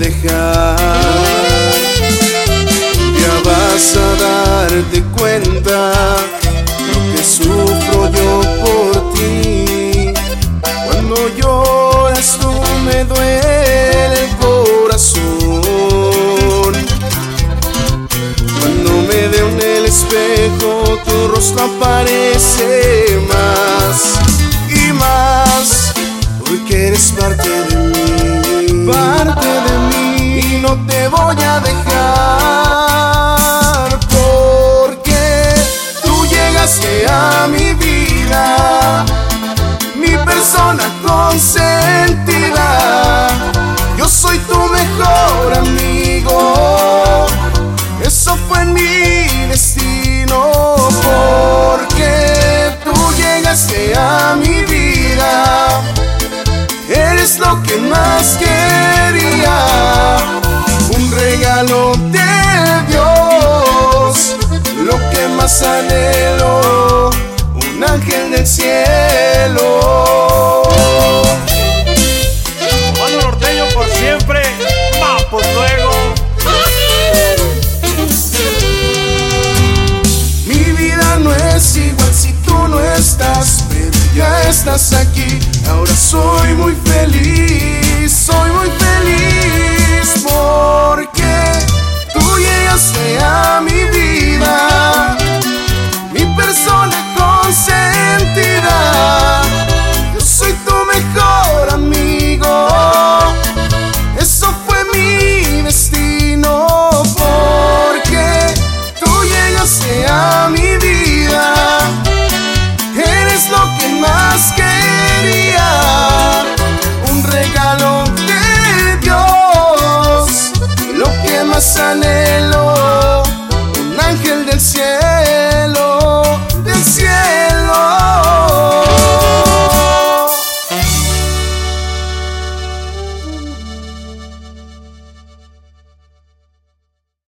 dejar. Ya vas a darte cuenta lo que sufro yo por ti. Cuando lloras tú me duele el corazón. Cuando me veo en el espejo tu rostro aparece más y más, porque eres parte de mí, parte de mí, y no te voy a dejar, porque tú llegaste a mi vida, mi persona consentida. Yo soy tu mejor amigo, eso fue mi destino, porque tú llegaste a mi vida. Eres lo que más quería, un regalo de Dios, lo que más anhelo, un ángel del cielo. Mano Norteño por siempre, vamos luego. Mi vida no es igual si tú no estás, pero ya estás aquí. Ahora soy muy feliz, porque tú llegaste a mi vida.